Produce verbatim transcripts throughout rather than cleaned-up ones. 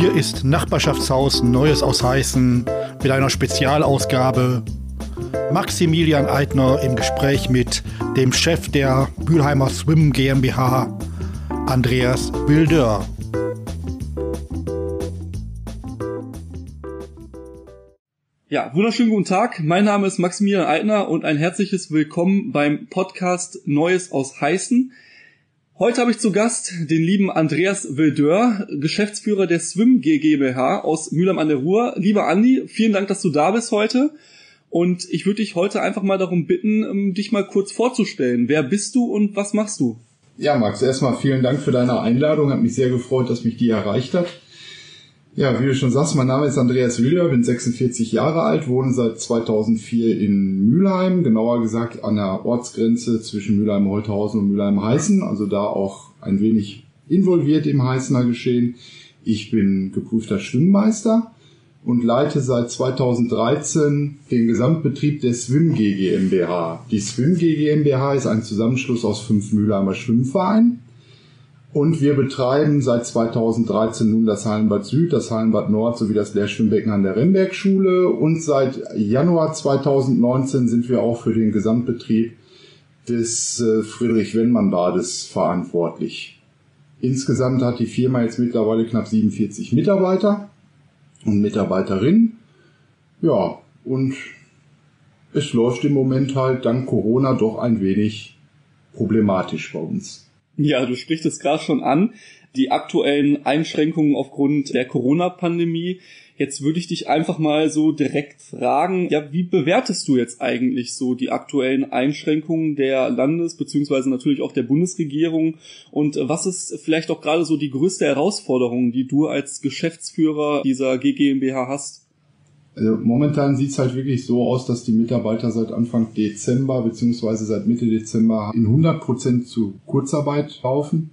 Hier ist Nachbarschaftshaus Neues aus Heißen mit einer Spezialausgabe. Maximilian Eitner im Gespräch mit dem Chef der Mülheimer Swim GmbH, Andreas Wildör. Ja, wunderschönen guten Tag. Mein Name ist Maximilian Eitner und ein herzliches Willkommen beim Podcast Neues aus Heißen. Heute habe ich zu Gast den lieben Andreas Wildör, Geschäftsführer der Swim GmbH aus Mülheim an der Ruhr. Lieber Andi, vielen Dank, dass du da bist heute. Und ich würde dich heute einfach mal darum bitten, dich mal kurz vorzustellen. Wer bist du und was machst du? Ja, Max, erstmal vielen Dank für deine Einladung. Hat mich sehr gefreut, dass mich die erreicht hat. Ja, wie du schon sagst, mein Name ist Andreas Wildör, bin sechsundvierzig Jahre alt, wohne seit zweitausendvier in Mülheim, genauer gesagt an der Ortsgrenze zwischen Mülheim-Holthausen und Mülheim-Heißen, also da auch ein wenig involviert im Heißener Geschehen. Ich bin geprüfter Schwimmmeister und leite seit zweitausenddreizehn den Gesamtbetrieb der Swim GmbH. Die Swim GmbH ist ein Zusammenschluss aus fünf Mülheimer Schwimmvereinen. Und wir betreiben seit zweitausenddreizehn nun das Hallenbad Süd, das Hallenbad Nord sowie das Lehrschwimmbecken an der Remberg-Schule. Und seit Januar zweitausendneunzehn sind wir auch für den Gesamtbetrieb des äh, Friedrich-Wennmann-Bades verantwortlich. Insgesamt hat die Firma jetzt mittlerweile knapp siebenundvierzig Mitarbeiter und Mitarbeiterinnen. Ja, und es läuft im Moment halt dank Corona doch ein wenig problematisch bei uns. Ja, du sprichst es gerade schon an, die aktuellen Einschränkungen aufgrund der Corona-Pandemie. Jetzt würde ich dich einfach mal so direkt fragen, ja, wie bewertest du jetzt eigentlich so die aktuellen Einschränkungen der Landes- bzw. natürlich auch der Bundesregierung und was ist vielleicht auch gerade so die größte Herausforderung, die du als Geschäftsführer dieser G GmbH hast? Also momentan sieht es halt wirklich so aus, dass die Mitarbeiter seit Anfang Dezember bzw. seit Mitte Dezember in hundert Prozent zu Kurzarbeit laufen,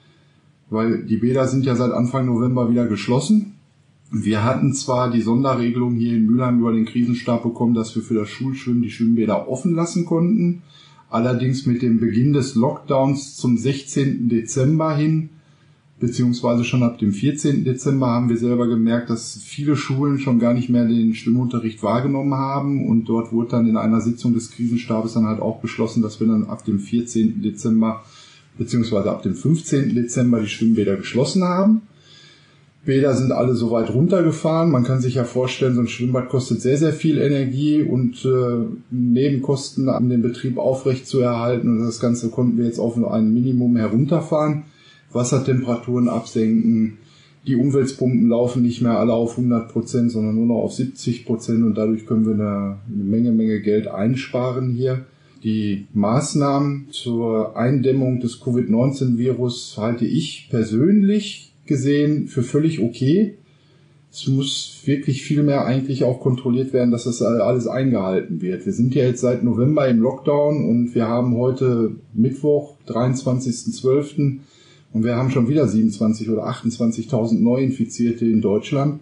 weil die Bäder sind ja seit Anfang November wieder geschlossen. Wir hatten zwar die Sonderregelung hier in Mülheim über den Krisenstab bekommen, dass wir für das Schulschwimmen die Schwimmbäder offen lassen konnten, allerdings mit dem Beginn des Lockdowns zum sechzehnten Dezember hin, beziehungsweise schon ab dem vierzehnten Dezember haben wir selber gemerkt, dass viele Schulen schon gar nicht mehr den Schwimmunterricht wahrgenommen haben und dort wurde dann in einer Sitzung des Krisenstabes dann halt auch beschlossen, dass wir dann ab dem vierzehnten Dezember beziehungsweise ab dem fünfzehnten Dezember die Schwimmbäder geschlossen haben. Bäder sind alle so weit runtergefahren. Man kann sich ja vorstellen, so ein Schwimmbad kostet sehr, sehr viel Energie und äh, Nebenkosten, um den Betrieb aufrecht zu erhalten. Und das Ganze konnten wir jetzt auf ein Minimum herunterfahren. Wassertemperaturen absenken, die Umweltpumpen laufen nicht mehr alle auf hundert Prozent, sondern nur noch auf siebzig Prozent und dadurch können wir eine, eine Menge, Menge Geld einsparen hier. Die Maßnahmen zur Eindämmung des Covid neunzehn Virus halte ich persönlich gesehen für völlig okay. Es muss wirklich viel mehr eigentlich auch kontrolliert werden, dass das alles eingehalten wird. Wir sind ja jetzt seit November im Lockdown und wir haben heute Mittwoch, dreiundzwanzigsten zwölften Und wir haben schon wieder siebenundzwanzig oder achtundzwanzigtausend Neuinfizierte in Deutschland.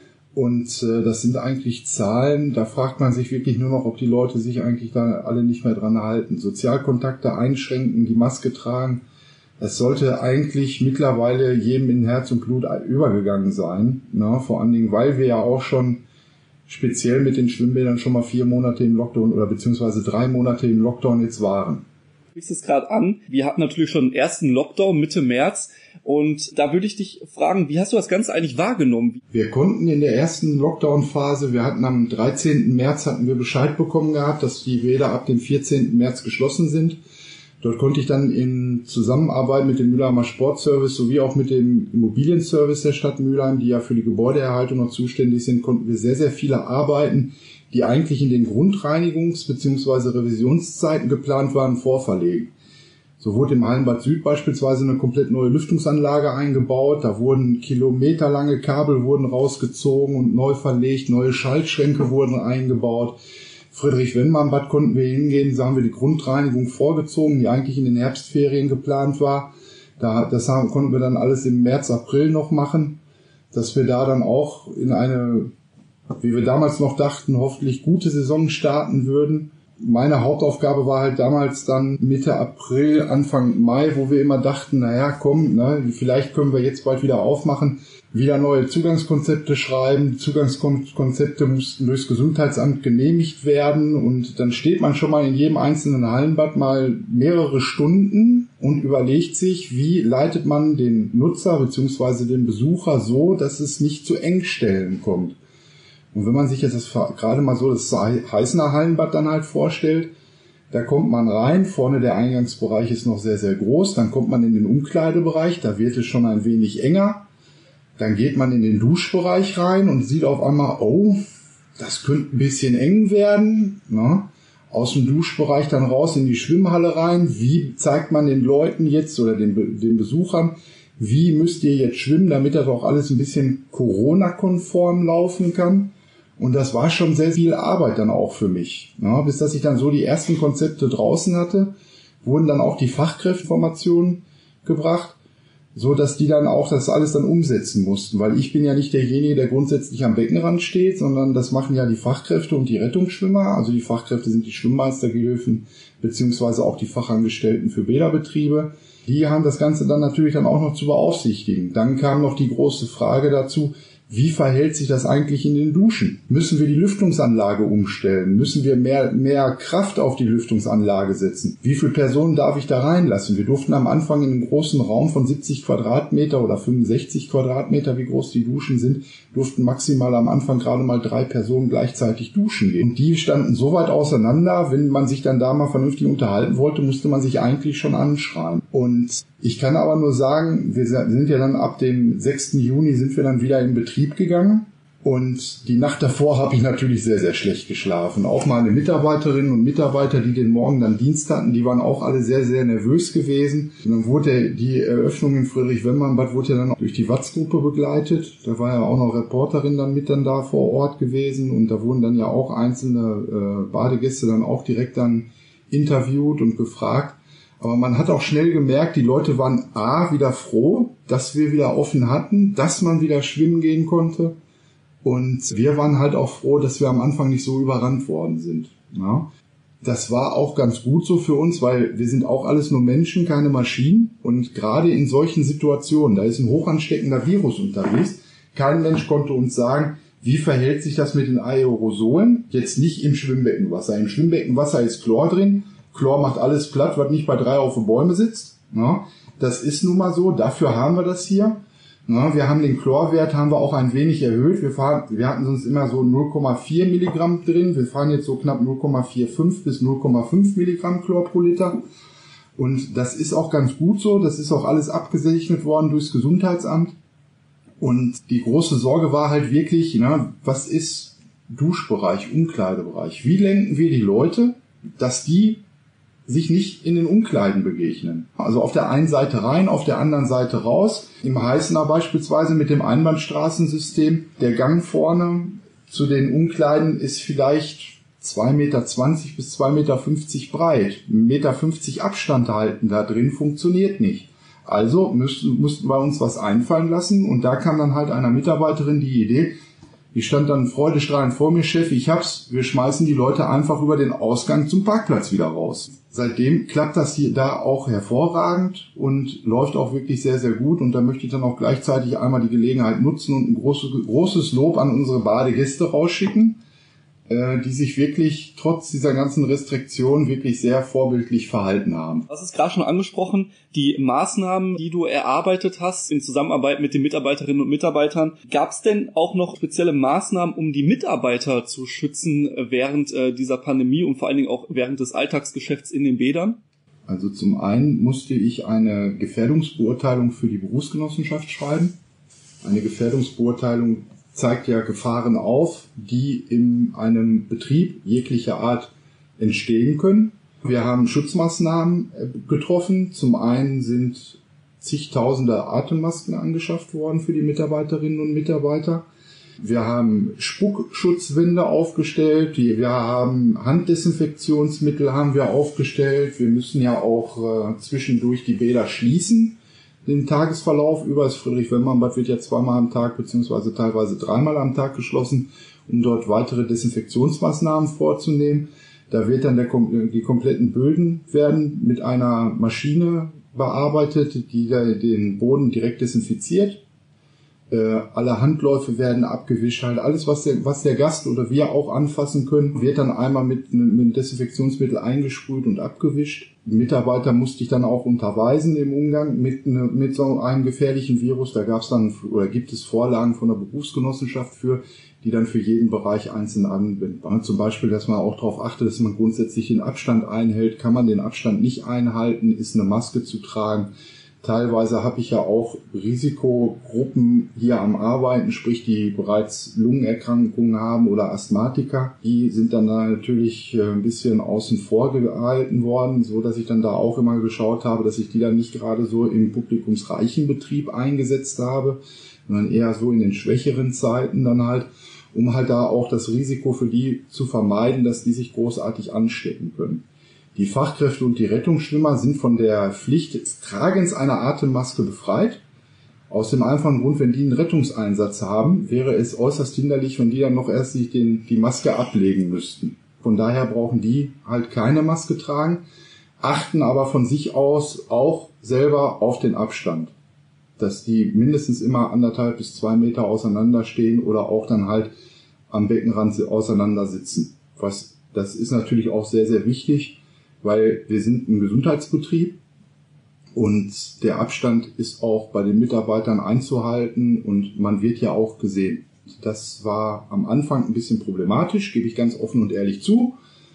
Und äh, das sind eigentlich Zahlen, da fragt man sich wirklich nur noch, ob die Leute sich eigentlich da alle nicht mehr dran halten. Sozialkontakte einschränken, die Maske tragen. Es sollte eigentlich mittlerweile jedem in Herz und Blut übergegangen sein. Na, vor allen Dingen, weil wir ja auch schon speziell mit den Schwimmbädern schon mal vier Monate im Lockdown oder beziehungsweise drei Monate im Lockdown jetzt waren. Du sprichst es gerade an. Wir hatten natürlich schon den ersten Lockdown Mitte März und da würde ich dich fragen, wie hast du das Ganze eigentlich wahrgenommen? Wir konnten in der ersten Lockdown-Phase, wir hatten am dreizehnten März hatten wir Bescheid bekommen gehabt, dass die Bäder ab dem vierzehnten März geschlossen sind. Dort konnte ich dann in Zusammenarbeit mit dem Mülheimer Sportservice sowie auch mit dem Immobilienservice der Stadt Mülheim, die ja für die Gebäudeerhaltung noch zuständig sind, konnten wir sehr, sehr viele Arbeiten, die eigentlich in den Grundreinigungs- bzw. Revisionszeiten geplant waren, vorverlegen. So wurde im Hallenbad Süd beispielsweise eine komplett neue Lüftungsanlage eingebaut, da wurden kilometerlange Kabel wurden rausgezogen und neu verlegt, neue Schaltschränke wurden eingebaut. Friedrich-Wennmann-Bad konnten wir hingehen, da haben wir die Grundreinigung vorgezogen, die eigentlich in den Herbstferien geplant war. Da, das haben, konnten wir dann alles im März, April noch machen, dass wir da dann auch in eine, wie wir damals noch dachten, hoffentlich gute Saison starten würden. Meine Hauptaufgabe war halt damals dann Mitte April, Anfang Mai, wo wir immer dachten, naja, komm, ne, vielleicht können wir jetzt bald wieder aufmachen. wieder neue Zugangskonzepte schreiben. Zugangskonzepte mussten durchs Gesundheitsamt genehmigt werden und dann steht man schon mal in jedem einzelnen Hallenbad mal mehrere Stunden und überlegt sich, wie leitet man den Nutzer bzw. den Besucher so, dass es nicht zu Engstellen kommt. Und wenn man sich jetzt das gerade mal so das Heißener Hallenbad dann halt vorstellt, da kommt man rein, vorne der Eingangsbereich ist noch sehr, sehr groß, dann kommt man in den Umkleidebereich, da wird es schon ein wenig enger. Dann geht man in den Duschbereich rein und sieht auf einmal, oh, das könnte ein bisschen eng werden. Ne? Aus dem Duschbereich dann raus in die Schwimmhalle rein. Wie zeigt man den Leuten jetzt oder den, den Besuchern, wie müsst ihr jetzt schwimmen, damit das auch alles ein bisschen Corona-konform laufen kann? Und das war schon sehr viel Arbeit dann auch für mich. Ne? Bis dass ich dann so die ersten Konzepte draußen hatte, wurden dann auch die Fachkräfteformationen gebracht, so dass die dann auch das alles dann umsetzen mussten, weil ich bin ja nicht derjenige, der grundsätzlich am Beckenrand steht, sondern das machen ja die Fachkräfte und die Rettungsschwimmer. Also die Fachkräfte sind die Schwimmmeistergehilfen beziehungsweise auch die Fachangestellten für Bäderbetriebe. Die haben das Ganze dann natürlich dann auch noch zu beaufsichtigen. Dann kam noch die große Frage dazu, wie verhält sich das eigentlich in den Duschen? Müssen wir die Lüftungsanlage umstellen? Müssen wir mehr, mehr Kraft auf die Lüftungsanlage setzen? Wie viele Personen darf ich da reinlassen? Wir durften am Anfang in einem großen Raum von siebzig Quadratmeter oder fünfundsechzig Quadratmeter, wie groß die Duschen sind, durften maximal am Anfang gerade mal drei Personen gleichzeitig duschen gehen. Und die standen so weit auseinander, wenn man sich dann da mal vernünftig unterhalten wollte, musste man sich eigentlich schon anschreien. Und ich kann aber nur sagen, wir sind ja dann ab dem sechsten Juni sind wir dann wieder in Betrieb gegangen und die Nacht davor habe ich natürlich sehr, sehr schlecht geschlafen. Auch meine Mitarbeiterinnen und Mitarbeiter, die den Morgen dann Dienst hatten, die waren auch alle sehr, sehr nervös gewesen. Und dann wurde die Eröffnung im Friedrich-Wemmern-Bad wurde ja dann auch durch die Watz-Gruppe begleitet. Da war ja auch noch Reporterin dann mit dann da vor Ort gewesen und da wurden dann ja auch einzelne äh, Badegäste dann auch direkt dann interviewt und gefragt. Aber man hat auch schnell gemerkt, die Leute waren A, wieder froh, dass wir wieder offen hatten, dass man wieder schwimmen gehen konnte. Und wir waren halt auch froh, dass wir am Anfang nicht so überrannt worden sind. Ja. Das war auch ganz gut so für uns, weil wir sind auch alles nur Menschen, keine Maschinen. Und gerade in solchen Situationen, da ist ein hochansteckender Virus unterwegs, kein Mensch konnte uns sagen, wie verhält sich das mit den Aerosolen? Jetzt nicht im Schwimmbeckenwasser. Im Schwimmbeckenwasser ist Chlor drin. Chlor macht alles platt, was nicht bei drei auf den Bäumen sitzt. Ja, das ist nun mal so, dafür haben wir das hier. Ja, wir haben den Chlorwert, haben wir auch ein wenig erhöht. Wir, fahren, wir hatten sonst immer so null Komma vier Milligramm drin. Wir fahren jetzt so knapp null Komma fünfundvierzig bis null Komma fünf Milligramm Chlor pro Liter. Und das ist auch ganz gut so. Das ist auch alles abgesegnet worden durchs Gesundheitsamt. Und die große Sorge war halt wirklich, na, was ist Duschbereich, Umkleidebereich? Wie lenken wir die Leute, dass die sich nicht in den Umkleiden begegnen. Also auf der einen Seite rein, auf der anderen Seite raus. Im Heißener beispielsweise mit dem Einbahnstraßensystem. Der Gang vorne zu den Umkleiden ist vielleicht zwei Meter zwanzig bis zwei Meter fünfzig breit. ein Meter fünfzig Abstand halten da drin funktioniert nicht. Also müssten, mussten wir uns was einfallen lassen. Und da kam dann halt einer Mitarbeiterin die Idee, die stand dann freudestrahlend vor mir, Chef, ich hab's, wir schmeißen die Leute einfach über den Ausgang zum Parkplatz wieder raus. Seitdem klappt das hier da auch hervorragend und läuft auch wirklich sehr, sehr gut. Und da möchte ich dann auch gleichzeitig einmal die Gelegenheit nutzen und ein großes, großes Lob an unsere Badegäste rausschicken, äh, die sich wirklich trotz dieser ganzen Restriktionen wirklich sehr vorbildlich verhalten haben. Du hast es gerade schon angesprochen, die Maßnahmen, die du erarbeitet hast in Zusammenarbeit mit den Mitarbeiterinnen und Mitarbeitern. Gab es denn auch noch spezielle Maßnahmen, um die Mitarbeiter zu schützen während äh, dieser Pandemie und vor allen Dingen auch während des Alltagsgeschäfts in den Bädern? Also zum einen musste ich eine Gefährdungsbeurteilung für die Berufsgenossenschaft schreiben. Eine Gefährdungsbeurteilung zeigt ja Gefahren auf, die in einem Betrieb jeglicher Art entstehen können. Wir haben Schutzmaßnahmen getroffen. Zum einen sind zigtausende Atemmasken angeschafft worden für die Mitarbeiterinnen und Mitarbeiter. Wir haben Spuckschutzwände aufgestellt. Wir haben Handdesinfektionsmittel haben wir aufgestellt. Wir müssen ja auch äh, zwischendurch die Bäder schließen. Den Tagesverlauf über das Friedrich-Wemmern-Bad wird ja zweimal am Tag beziehungsweise teilweise dreimal am Tag geschlossen, um dort weitere Desinfektionsmaßnahmen vorzunehmen. Da wird dann der, die kompletten Böden werden mit einer Maschine bearbeitet, die den Boden direkt desinfiziert. Äh, alle Handläufe werden abgewischt, halt alles, was der, was der Gast oder wir auch anfassen können, wird dann einmal mit, mit einem Desinfektionsmittel eingesprüht und abgewischt. Die Mitarbeiter musste ich dann auch unterweisen im Umgang mit, ne, mit so einem gefährlichen Virus. Da gab es dann oder gibt es Vorlagen von der Berufsgenossenschaft für, die dann für jeden Bereich einzeln anwendbar. Zum Beispiel, dass man auch darauf achtet, dass man grundsätzlich den Abstand einhält. Kann man den Abstand nicht einhalten, ist eine Maske zu tragen. Teilweise habe ich ja auch Risikogruppen hier am Arbeiten, sprich die bereits Lungenerkrankungen haben oder Asthmatiker. Die sind dann da natürlich ein bisschen außen vor gehalten worden, so dass ich dann da auch immer geschaut habe, dass ich die dann nicht gerade so im publikumsreichen Betrieb eingesetzt habe, sondern eher so in den schwächeren Zeiten dann halt, um halt da auch das Risiko für die zu vermeiden, dass die sich großartig anstecken können. Die Fachkräfte und die Rettungsschwimmer sind von der Pflicht des Tragens einer Atemmaske befreit. Aus dem einfachen Grund, wenn die einen Rettungseinsatz haben, wäre es äußerst hinderlich, wenn die dann noch erst sich den, die Maske ablegen müssten. Von daher brauchen die halt keine Maske tragen, achten aber von sich aus auch selber auf den Abstand. Dass die mindestens immer anderthalb bis zwei Meter auseinander stehen oder auch dann halt am Beckenrand auseinander sitzen. Was, das ist natürlich auch sehr, sehr wichtig, weil wir sind ein Gesundheitsbetrieb und der Abstand ist auch bei den Mitarbeitern einzuhalten und man wird ja auch gesehen. Das war am Anfang ein bisschen problematisch, gebe ich ganz offen und ehrlich zu.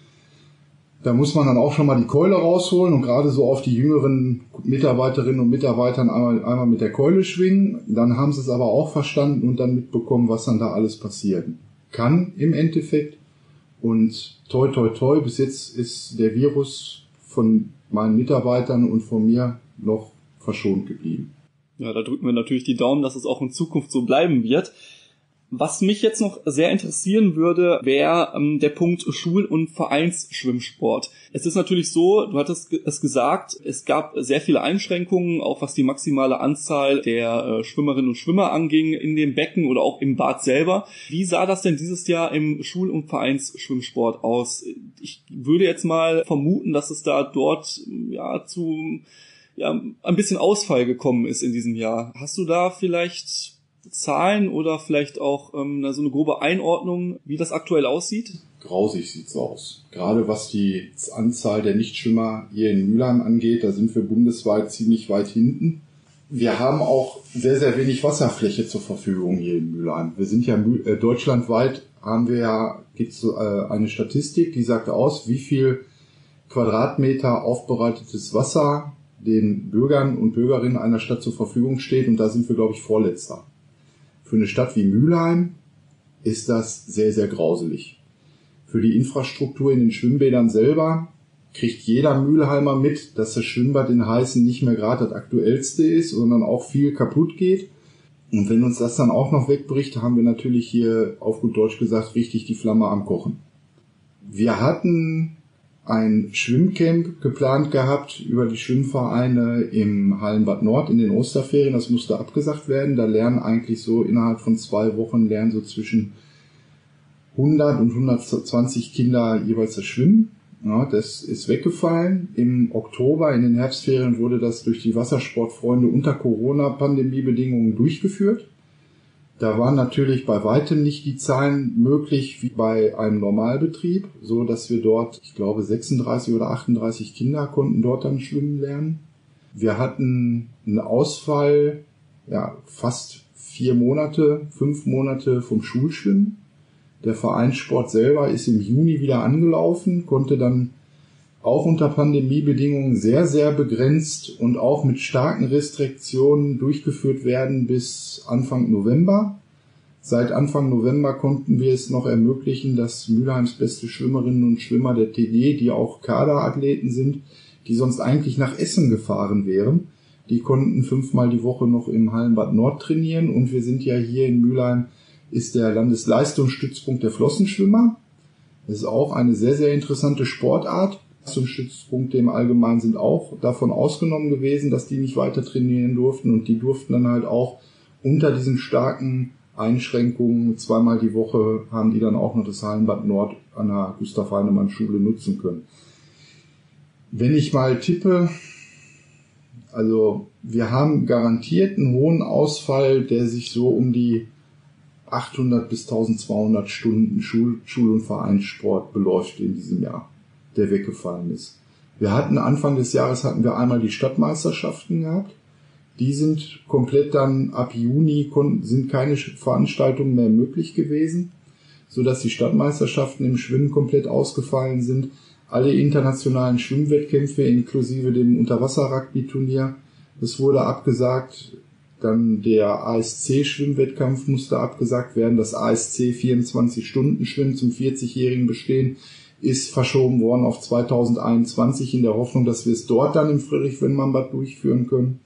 Da muss man dann auch schon mal die Keule rausholen und gerade so auf die jüngeren Mitarbeiterinnen und Mitarbeitern einmal, einmal mit der Keule schwingen. Dann haben sie es aber auch verstanden und dann mitbekommen, was dann da alles passieren kann im Endeffekt. Und toi, toi, toi, bis jetzt ist der Virus von meinen Mitarbeitern und von mir noch verschont geblieben. Ja, da drücken wir natürlich die Daumen, dass es auch in Zukunft so bleiben wird. Was mich jetzt noch sehr interessieren würde, wäre ähm, der Punkt Schul- und Vereinsschwimmsport. Es ist natürlich so, du hattest es gesagt, es gab sehr viele Einschränkungen, auch was die maximale Anzahl der äh, Schwimmerinnen und Schwimmer anging in dem Becken oder auch im Bad selber. Wie sah das denn dieses Jahr im Schul- und Vereinsschwimmsport aus? Ich würde jetzt mal vermuten, dass es da dort ja zu ja ein bisschen Ausfall gekommen ist in diesem Jahr. Hast du da vielleicht Zahlen oder vielleicht auch ähm, so eine grobe Einordnung, wie das aktuell aussieht? Grausig sieht's aus. Gerade was die Anzahl der Nichtschwimmer hier in Mülheim angeht, da sind wir bundesweit ziemlich weit hinten. Wir haben auch sehr, sehr wenig Wasserfläche zur Verfügung hier in Mülheim. Wir sind ja äh, deutschlandweit, haben wir ja, gibt's äh, eine Statistik, die sagt aus, wie viel Quadratmeter aufbereitetes Wasser den Bürgern und Bürgerinnen einer Stadt zur Verfügung steht, und da sind wir, glaube ich, Vorletzter. Für eine Stadt wie Mülheim ist das sehr, sehr grauselig. Für die Infrastruktur in den Schwimmbädern selber kriegt jeder Mülheimer mit, dass das Schwimmbad in Heißen nicht mehr gerade das aktuellste ist, sondern auch viel kaputt geht. Und wenn uns das dann auch noch wegbricht, haben wir natürlich hier, auf gut Deutsch gesagt, richtig die Flamme am Kochen. Wir hatten ein Schwimmcamp geplant gehabt über die Schwimmvereine im Hallenbad Nord in den Osterferien. Das musste abgesagt werden. Da lernen eigentlich so innerhalb von zwei Wochen lernen so zwischen hundert und hundertzwanzig Kinder jeweils das Schwimmen. Ja, das ist weggefallen. Im Oktober in den Herbstferien wurde das durch die Wassersportfreunde unter Corona-Pandemie-Bedingungen durchgeführt. Da waren natürlich bei weitem nicht die Zahlen möglich wie bei einem Normalbetrieb, so dass wir dort, ich glaube, sechsunddreißig oder achtunddreißig Kinder konnten dort dann schwimmen lernen. Wir hatten einen Ausfall, ja, fast vier Monate, fünf Monate vom Schulschwimmen. Der Vereinssport selber ist im Juni wieder angelaufen, konnte dann auch unter Pandemiebedingungen sehr, sehr begrenzt und auch mit starken Restriktionen durchgeführt werden bis Anfang November. Seit Anfang November konnten wir es noch ermöglichen, dass Mülheims beste Schwimmerinnen und Schwimmer der T D, die auch Kaderathleten sind, die sonst eigentlich nach Essen gefahren wären, die konnten fünfmal die Woche noch im Hallenbad Nord trainieren. Und wir sind ja hier in Mülheim, ist der Landesleistungsstützpunkt der Flossenschwimmer. Das ist auch eine sehr, sehr interessante Sportart. Leistungsstützpunkte im Allgemeinen sind auch davon ausgenommen gewesen, dass die nicht weiter trainieren durften, und die durften dann halt auch unter diesen starken Einschränkungen zweimal die Woche haben die dann auch noch das Hallenbad Nord an der Gustav-Heinemann-Schule nutzen können. Wenn ich mal tippe, Also wir haben garantiert einen hohen Ausfall, der sich so um die achthundert bis eintausendzweihundert Stunden Schul-, Schul- und Vereinssport beläuft in diesem Jahr, der weggefallen ist. Wir hatten Anfang des Jahres hatten wir einmal die Stadtmeisterschaften gehabt. Die sind komplett dann ab Juni, sind keine Veranstaltungen mehr möglich gewesen, sodass die Stadtmeisterschaften im Schwimmen komplett ausgefallen sind. Alle internationalen Schwimmwettkämpfe inklusive dem Unterwasser-Rugby-Turnier, das wurde abgesagt. Dann der A S C-Schwimmwettkampf musste abgesagt werden. Das A S C vierundzwanzig-Stunden-Schwimmen zum vierzigjährigen Bestehen ist verschoben worden auf zweitausendeinundzwanzig in der Hoffnung, dass wir es dort dann im Friedrich-Wenman-Bad durchführen können.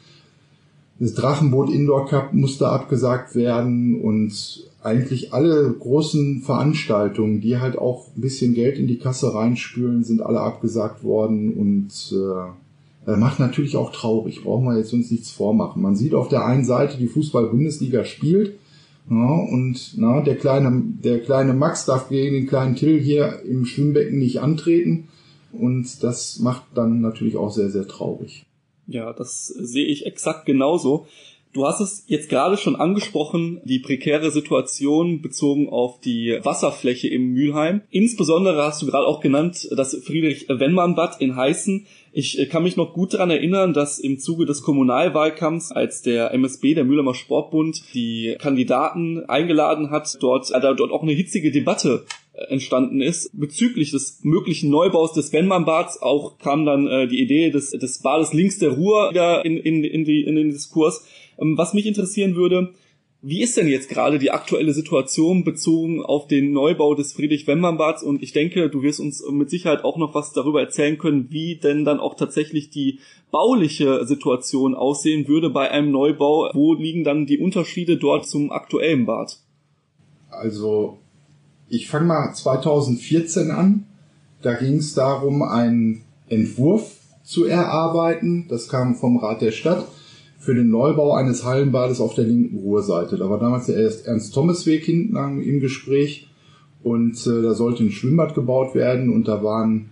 Das Drachenboot Indoor Cup musste abgesagt werden und eigentlich alle großen Veranstaltungen, die halt auch ein bisschen Geld in die Kasse reinspülen, sind alle abgesagt worden und äh, das macht natürlich auch traurig, brauchen wir jetzt uns nichts vormachen. Man sieht auf der einen Seite, die Fußball-Bundesliga spielt, ja, und na, der kleine der kleine Max darf gegen den kleinen Till hier im Schwimmbecken nicht antreten und das macht dann natürlich auch sehr, sehr traurig. Ja, das sehe ich exakt genauso. Du hast es jetzt gerade schon angesprochen, die prekäre Situation bezogen auf die Wasserfläche im Mülheim. Insbesondere hast du gerade auch genannt, das Friedrich-Wenman-Bad in Heißen. Ich kann mich noch gut daran erinnern, dass im Zuge des Kommunalwahlkampfs, als der M S B, der Mülheimer Sportbund, die Kandidaten eingeladen hat, dort, äh, dort auch eine hitzige Debatte entstanden ist bezüglich des möglichen Neubaus des Wenman-Bads. Auch kam dann äh, die Idee des, des Bades links der Ruhr wieder in, in, in, die, in den Diskurs. Ähm, was mich interessieren würde, wie ist denn jetzt gerade die aktuelle Situation bezogen auf den Neubau des Friedrich-Wenman-Bads? Und ich denke, du wirst uns mit Sicherheit auch noch was darüber erzählen können, wie denn dann auch tatsächlich die bauliche Situation aussehen würde bei einem Neubau. Wo liegen dann die Unterschiede dort zum aktuellen Bad? Also ich fange mal zweitausendvierzehn an. Da ging es darum, einen Entwurf zu erarbeiten. Das kam vom Rat der Stadt für den Neubau eines Hallenbades auf der linken Ruhrseite. Da war damals der Ernst-Thomas-Weg hinten im Gespräch und äh, da sollte ein Schwimmbad gebaut werden und da waren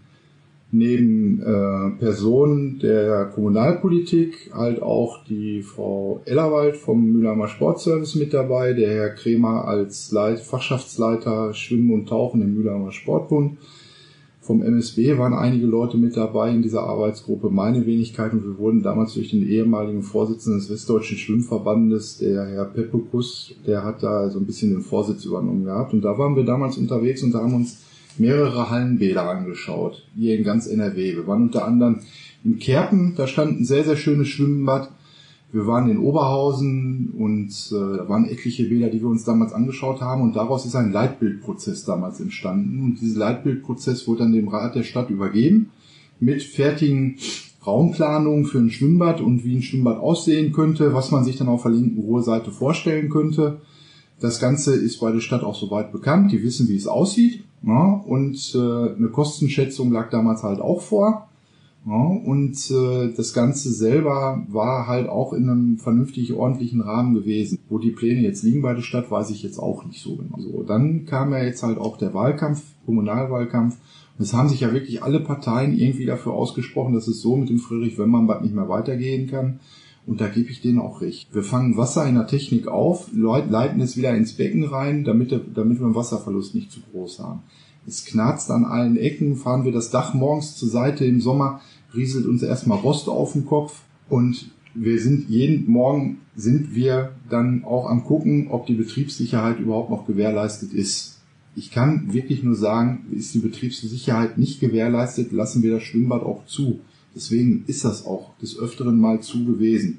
neben äh, Personen der Kommunalpolitik halt auch die Frau Ellerwald vom Mülheimer Sportservice mit dabei, der Herr Kremer als Leit- Fachschaftsleiter Schwimmen und Tauchen im Mülheimer Sportbund. Vom M S B waren einige Leute mit dabei in dieser Arbeitsgruppe, meine Wenigkeit, und wir wurden damals durch den ehemaligen Vorsitzenden des Westdeutschen Schwimmverbandes, der Herr Peppekus, der hat da so ein bisschen den Vorsitz übernommen gehabt. Und da waren wir damals unterwegs und da haben uns mehrere Hallenbäder angeschaut, hier in ganz N R W. Wir waren unter anderem in Kerpen, da stand ein sehr, sehr schönes Schwimmbad. Wir waren in Oberhausen und äh, da waren etliche Bäder, die wir uns damals angeschaut haben und daraus ist ein Leitbildprozess damals entstanden und dieser Leitbildprozess wurde dann dem Rat der Stadt übergeben mit fertigen Raumplanungen für ein Schwimmbad und wie ein Schwimmbad aussehen könnte, was man sich dann auf der linken Ruhrseite vorstellen könnte. Das Ganze ist bei der Stadt auch soweit bekannt, die wissen, wie es aussieht, ja, und äh, eine Kostenschätzung lag damals halt auch vor. Ja, und äh, das Ganze selber war halt auch in einem vernünftig ordentlichen Rahmen gewesen. Wo die Pläne jetzt liegen bei der Stadt, weiß ich jetzt auch nicht so genau. So, dann kam ja jetzt halt auch der Wahlkampf, Kommunalwahlkampf. Und es haben sich ja wirklich alle Parteien irgendwie dafür ausgesprochen, dass es so mit dem Friedrich-Wenman-Bad nicht mehr weitergehen kann. Und da gebe ich denen auch recht. Wir fangen Wasser in der Technik auf, leiten es wieder ins Becken rein, damit, damit wir einen Wasserverlust nicht zu groß haben. Es knarzt an allen Ecken, fahren wir das Dach morgens zur Seite im Sommer, rieselt uns erstmal Rost auf den Kopf und wir sind jeden Morgen sind wir dann auch am gucken, ob die Betriebssicherheit überhaupt noch gewährleistet ist. Ich kann wirklich nur sagen, ist die Betriebssicherheit nicht gewährleistet, lassen wir das Schwimmbad auch zu. Deswegen ist das auch des Öfteren mal zu gewesen.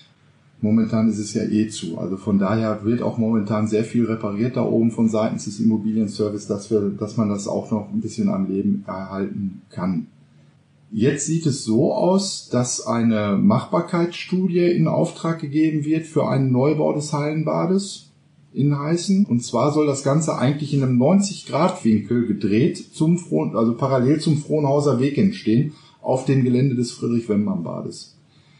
Momentan ist es ja eh zu. Also von daher wird auch momentan sehr viel repariert da oben von seitens des Immobilienservice, dass wir, dass man das auch noch ein bisschen am Leben erhalten kann. Jetzt sieht es so aus, dass eine Machbarkeitsstudie in Auftrag gegeben wird für einen Neubau des Hallenbades in Heißen. Und zwar soll das Ganze eigentlich in einem neunzig Grad Winkel gedreht, zum Frohn, also parallel zum Frohnhauser Weg entstehen, auf dem Gelände des Friedrich-Wenman-Bades.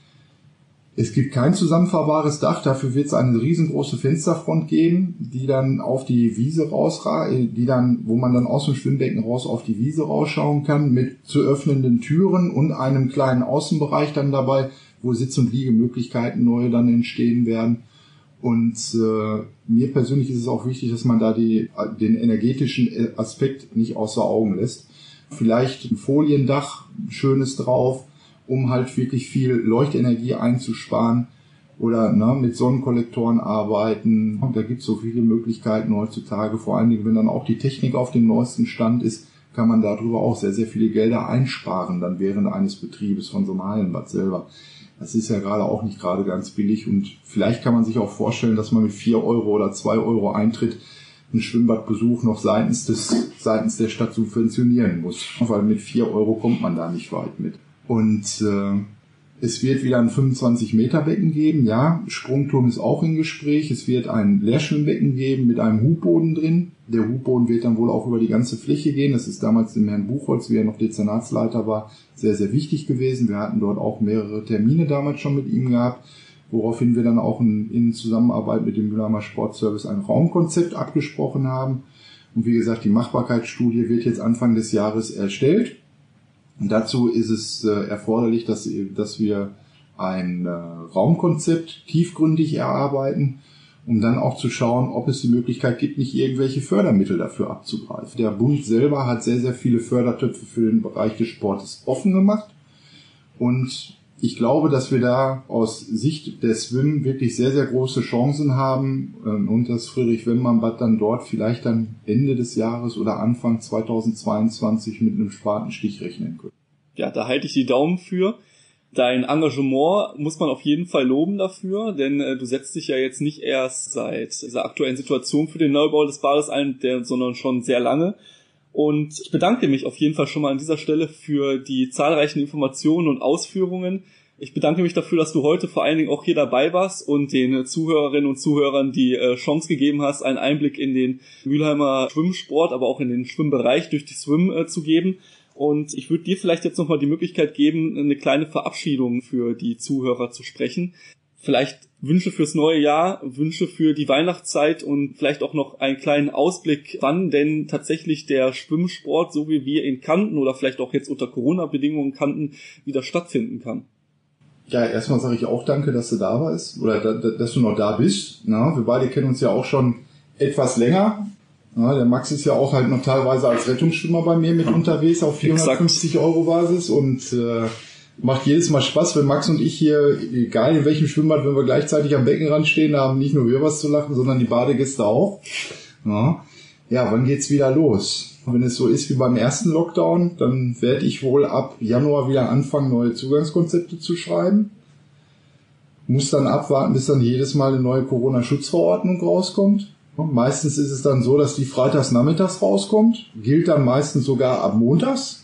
Es gibt kein zusammenfahrbares Dach, dafür wird es eine riesengroße Fensterfront geben, die dann auf die Wiese rausra, die dann, wo man dann aus dem Schwimmbecken raus auf die Wiese rausschauen kann, mit zu öffnenden Türen und einem kleinen Außenbereich dann dabei wo Sitz- und Liegemöglichkeiten neue dann entstehen werden. Und äh, mir persönlich ist es auch wichtig, dass man da die, den energetischen Aspekt nicht außer Augen lässt. Vielleicht ein Foliendach, schönes drauf, um halt wirklich viel Leuchtenergie einzusparen. Oder ne, mit Sonnenkollektoren arbeiten. Und da gibt es so viele Möglichkeiten heutzutage. Vor allen Dingen, wenn dann auch die Technik auf dem neuesten Stand ist, kann man darüber auch sehr, sehr viele Gelder einsparen, dann während eines Betriebes von so einem Hallenbad selber. Das ist ja gerade auch nicht gerade ganz billig. Und vielleicht kann man sich auch vorstellen, dass man mit vier Euro oder zwei Euro Eintritt einen Schwimmbadbesuch noch seitens des seitens der Stadt subventionieren muss. Weil mit vier Euro kommt man da nicht weit mit. Und äh, es wird wieder ein fünfundzwanzig Meter Becken geben, ja, Sprungturm ist auch im Gespräch, es wird ein Leerschwimmbecken geben mit einem Hubboden drin. Der Hubboden wird dann wohl auch über die ganze Fläche gehen, das ist damals dem Herrn Buchholz, wie er noch Dezernatsleiter war, sehr, sehr wichtig gewesen. Wir hatten dort auch mehrere Termine damals schon mit ihm gehabt, woraufhin wir dann auch in, in Zusammenarbeit mit dem Mülheimer Sportservice ein Raumkonzept abgesprochen haben. Und wie gesagt, die Machbarkeitsstudie wird jetzt Anfang des Jahres erstellt. Und dazu ist es äh, erforderlich, dass, dass wir ein äh, Raumkonzept tiefgründig erarbeiten, um dann auch zu schauen, ob es die Möglichkeit gibt, nicht irgendwelche Fördermittel dafür abzugreifen. Der Bund selber hat sehr, sehr viele Fördertöpfe für den Bereich des Sportes offen gemacht. Und ich glaube, dass wir da aus Sicht der Swim wirklich sehr, sehr große Chancen haben ähm, und das Friedrich-Wemmmann-Bad dann dort vielleicht dann Ende des Jahres oder Anfang zweitausendzweiundzwanzig mit einem Spatenstich rechnen können. Ja, da halte ich die Daumen für. Dein Engagement muss man auf jeden Fall loben dafür, denn äh, du setzt dich ja jetzt nicht erst seit dieser aktuellen Situation für den Neubau des Bades ein, der, sondern schon sehr lange. Und ich bedanke mich auf jeden Fall schon mal an dieser Stelle für die zahlreichen Informationen und Ausführungen. Ich bedanke mich dafür, dass du heute vor allen Dingen auch hier dabei warst und den Zuhörerinnen und Zuhörern die Chance gegeben hast, einen Einblick in den Mülheimer Schwimmsport, aber auch in den Schwimmbereich durch die Swim zu geben. Und ich würde dir vielleicht jetzt nochmal die Möglichkeit geben, eine kleine Verabschiedung für die Zuhörer zu sprechen. Vielleicht Wünsche fürs neue Jahr, Wünsche für die Weihnachtszeit und vielleicht auch noch einen kleinen Ausblick, wann denn tatsächlich der Schwimmsport, so wie wir ihn kannten oder vielleicht auch jetzt unter Corona-Bedingungen kannten, wieder stattfinden kann. Ja, erstmal sage ich auch danke, dass du da warst oder da, dass du noch da bist. Na, wir beide kennen uns ja auch schon etwas länger. Na, der Max ist ja auch halt noch teilweise als Rettungsschwimmer bei mir mit unterwegs auf vierhundertfünfzig Euro Basis und äh, macht jedes Mal Spaß, wenn Max und ich hier, egal in welchem Schwimmbad, wenn wir gleichzeitig am Beckenrand stehen, da haben nicht nur wir was zu lachen, sondern die Badegäste auch. Ja, ja, wann geht's wieder los? Wenn es so ist wie beim ersten Lockdown, dann werde ich wohl ab Januar wieder anfangen, neue Zugangskonzepte zu schreiben. Muss dann abwarten, bis dann jedes Mal eine neue Corona-Schutzverordnung rauskommt. Meistens ist es dann so, dass die freitags nachmittags rauskommt. Gilt dann meistens sogar ab montags.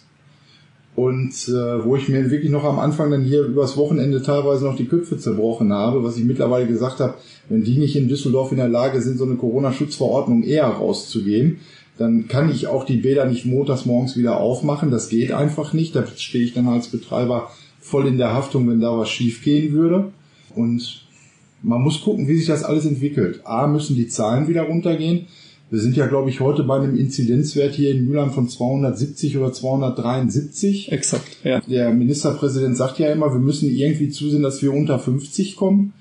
Und äh, wo ich mir wirklich noch am Anfang dann hier übers Wochenende teilweise noch die Köpfe zerbrochen habe, was ich mittlerweile gesagt habe, wenn die nicht in Düsseldorf in der Lage sind, so eine Corona-Schutzverordnung eher rauszugeben, dann kann ich auch die Bäder nicht montags morgens wieder aufmachen. Das geht einfach nicht. Da stehe ich dann als Betreiber voll in der Haftung, wenn da was schief gehen würde. Und man muss gucken, wie sich das alles entwickelt. A, müssen die Zahlen wieder runtergehen. Wir sind ja, glaube ich, heute bei einem Inzidenzwert hier in Mülheim von zweihundertsiebzig oder zweihundertdreiundsiebzig. Exakt, ja. Der Ministerpräsident sagt ja immer, wir müssen irgendwie zusehen, dass wir unter fünfzig kommen.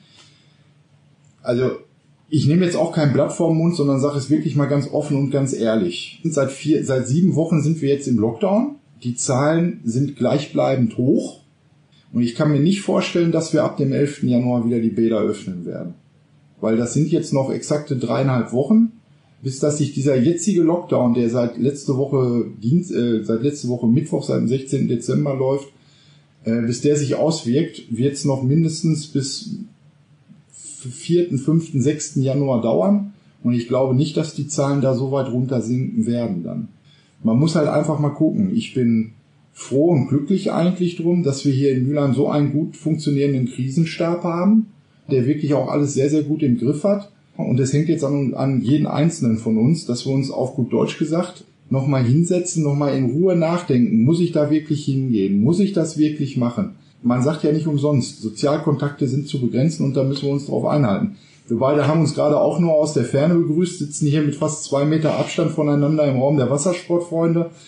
Also ich nehme jetzt auch kein Blatt vor den Mund, sondern sage es wirklich mal ganz offen und ganz ehrlich. Seit vier, seit sieben Wochen sind wir jetzt im Lockdown. Die Zahlen sind gleichbleibend hoch. Und ich kann mir nicht vorstellen, dass wir ab dem elften Januar wieder die Bäder öffnen werden. Weil das sind jetzt noch exakte dreieinhalb Wochen, bis dass sich dieser jetzige Lockdown, der seit letzte Woche Dienst, äh, seit letzte Woche Mittwoch, seit dem sechzehnten Dezember läuft, äh, bis der sich auswirkt, wird es noch mindestens bis vierten, fünften, sechsten Januar dauern. Und ich glaube nicht, dass die Zahlen da so weit runter sinken werden dann. Man muss halt einfach mal gucken. Ich bin froh und glücklich eigentlich drum, dass wir hier in Mülheim so einen gut funktionierenden Krisenstab haben, der wirklich auch alles sehr, sehr gut im Griff hat. Und es hängt jetzt an, an jeden Einzelnen von uns, dass wir uns auf gut Deutsch gesagt nochmal hinsetzen, nochmal in Ruhe nachdenken. Muss ich da wirklich hingehen? Muss ich das wirklich machen? Man sagt ja nicht umsonst, Sozialkontakte sind zu begrenzen und da müssen wir uns drauf einhalten. Wir beide haben uns gerade auch nur aus der Ferne begrüßt, sitzen hier mit fast zwei Meter Abstand voneinander im Raum der Wassersportfreunde.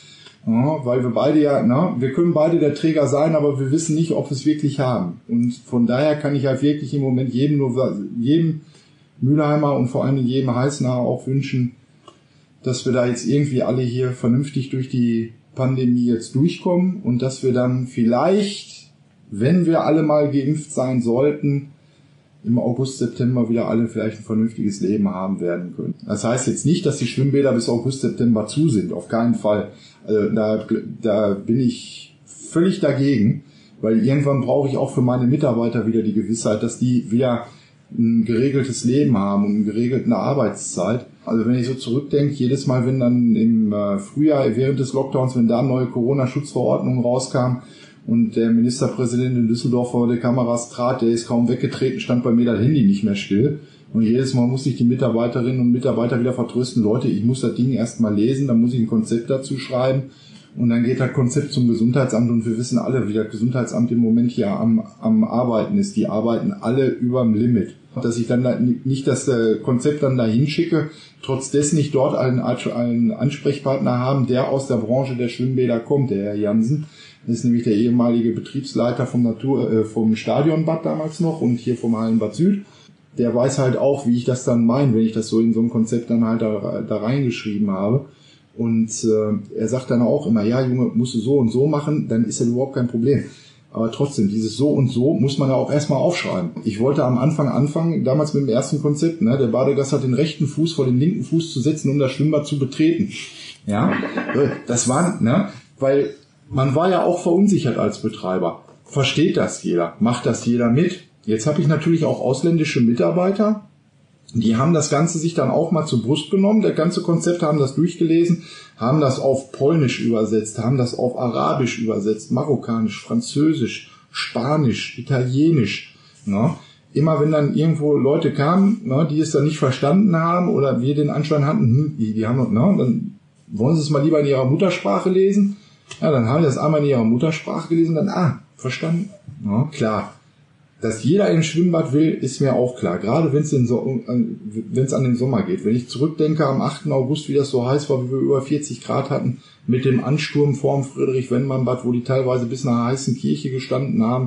Ja, weil wir beide ja, na, wir können beide der Träger sein, aber wir wissen nicht, ob wir es wirklich haben. Und von daher kann ich halt wirklich im Moment jedem nur, jedem Mülheimer und vor allem jedem Heißener auch wünschen, dass wir da jetzt irgendwie alle hier vernünftig durch die Pandemie jetzt durchkommen und dass wir dann vielleicht, wenn wir alle mal geimpft sein sollten, im August, September wieder alle vielleicht ein vernünftiges Leben haben werden können. Das heißt jetzt nicht, dass die Schwimmbäder bis August, September zu sind, auf keinen Fall. Also da, da bin ich völlig dagegen, weil irgendwann brauche ich auch für meine Mitarbeiter wieder die Gewissheit, dass die wieder ein geregeltes Leben haben und eine geregelte Arbeitszeit. Also wenn ich so zurückdenke, jedes Mal, wenn dann im Frühjahr während des Lockdowns, wenn da neue Corona-Schutzverordnungen rauskamen, und der Ministerpräsident in Düsseldorf vor der Kameras trat, der ist kaum weggetreten, stand bei mir das Handy nicht mehr still. Und jedes Mal musste ich die Mitarbeiterinnen und Mitarbeiter wieder vertrösten, Leute, ich muss das Ding erst mal lesen, dann muss ich ein Konzept dazu schreiben. Und dann geht das Konzept zum Gesundheitsamt und wir wissen alle, wie das Gesundheitsamt im Moment hier am, am Arbeiten ist. Die arbeiten alle überm Limit. Dass ich dann da nicht das Konzept dann dahin schicke, trotz dessen nicht dort einen, einen Ansprechpartner haben, der aus der Branche der Schwimmbäder kommt, der Herr Jansen. Das ist nämlich der ehemalige Betriebsleiter vom Natur, äh, vom Stadionbad damals noch und hier vom Hallenbad Süd. Der weiß halt auch, wie ich das dann meine, wenn ich das so in so ein Konzept dann halt da, da reingeschrieben habe. Und äh, er sagt dann auch immer, ja Junge, musst du so und so machen, dann ist das überhaupt kein Problem. Aber trotzdem, dieses so und so muss man ja auch erstmal aufschreiben. Ich wollte am Anfang anfangen, damals mit dem ersten Konzept, ne, der Badegast hat den rechten Fuß vor den linken Fuß zu setzen, um das Schwimmbad zu betreten. Ja, das war, ne, weil man war ja auch verunsichert als Betreiber. Versteht das jeder? Macht das jeder mit? Jetzt habe ich natürlich auch ausländische Mitarbeiter, die haben das Ganze sich dann auch mal zur Brust genommen. Das ganze Konzept haben das durchgelesen, haben das auf Polnisch übersetzt, haben das auf Arabisch übersetzt, Marokkanisch, Französisch, Spanisch, Italienisch. Ne? Immer wenn dann irgendwo Leute kamen, ne, die es dann nicht verstanden haben oder wir den Anschein hatten, hm, die, die haben noch, ne, dann wollen sie es mal lieber in ihrer Muttersprache lesen. Ja, dann haben wir das einmal in ihrer Muttersprache gelesen, dann, ah, verstanden. Ja, klar. Dass jeder ins Schwimmbad will, ist mir auch klar. Gerade wenn es so, wenn es an den Sommer geht. Wenn ich zurückdenke am achten August, wie das so heiß war, wie wir über vierzig Grad hatten, mit dem Ansturm vorm Friedrich-Wennemann-Bad, wo die teilweise bis nach heißen Kirche gestanden haben.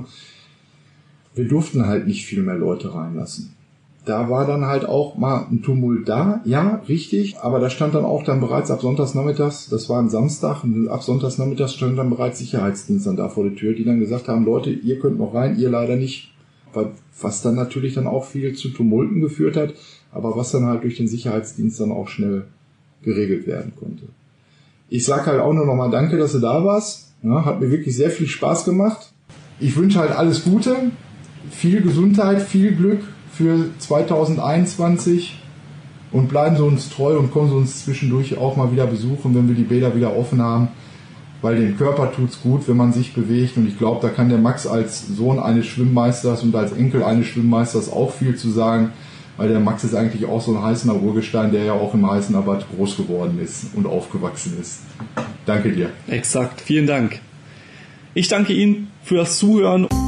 Wir durften halt nicht viel mehr Leute reinlassen. Da war dann halt auch mal ein Tumult da, ja, richtig, aber da stand dann auch dann bereits ab Sonntagsnachmittags, das war ein Samstag, und ab Sonntagsnachmittags stand dann bereits Sicherheitsdienst dann da vor der Tür, die dann gesagt haben, Leute, ihr könnt noch rein, ihr leider nicht, was dann natürlich dann auch viel zu Tumulten geführt hat, aber was dann halt durch den Sicherheitsdienst dann auch schnell geregelt werden konnte. Ich sag halt auch nur nochmal danke, dass du da warst, ja, hat mir wirklich sehr viel Spaß gemacht. Ich wünsche halt alles Gute, viel Gesundheit, viel Glück für zwanzig einundzwanzig und bleiben Sie uns treu und kommen Sie uns zwischendurch auch mal wieder besuchen, wenn wir die Bäder wieder offen haben, weil dem Körper tut's gut, wenn man sich bewegt, und ich glaube, da kann der Max als Sohn eines Schwimmmeisters und als Enkel eines Schwimmmeisters auch viel zu sagen, weil der Max ist eigentlich auch so ein Heißener Urgestein, der ja auch im Heißener Bad groß geworden ist und aufgewachsen ist. Danke dir. Exakt, vielen Dank. Ich danke Ihnen für das Zuhören.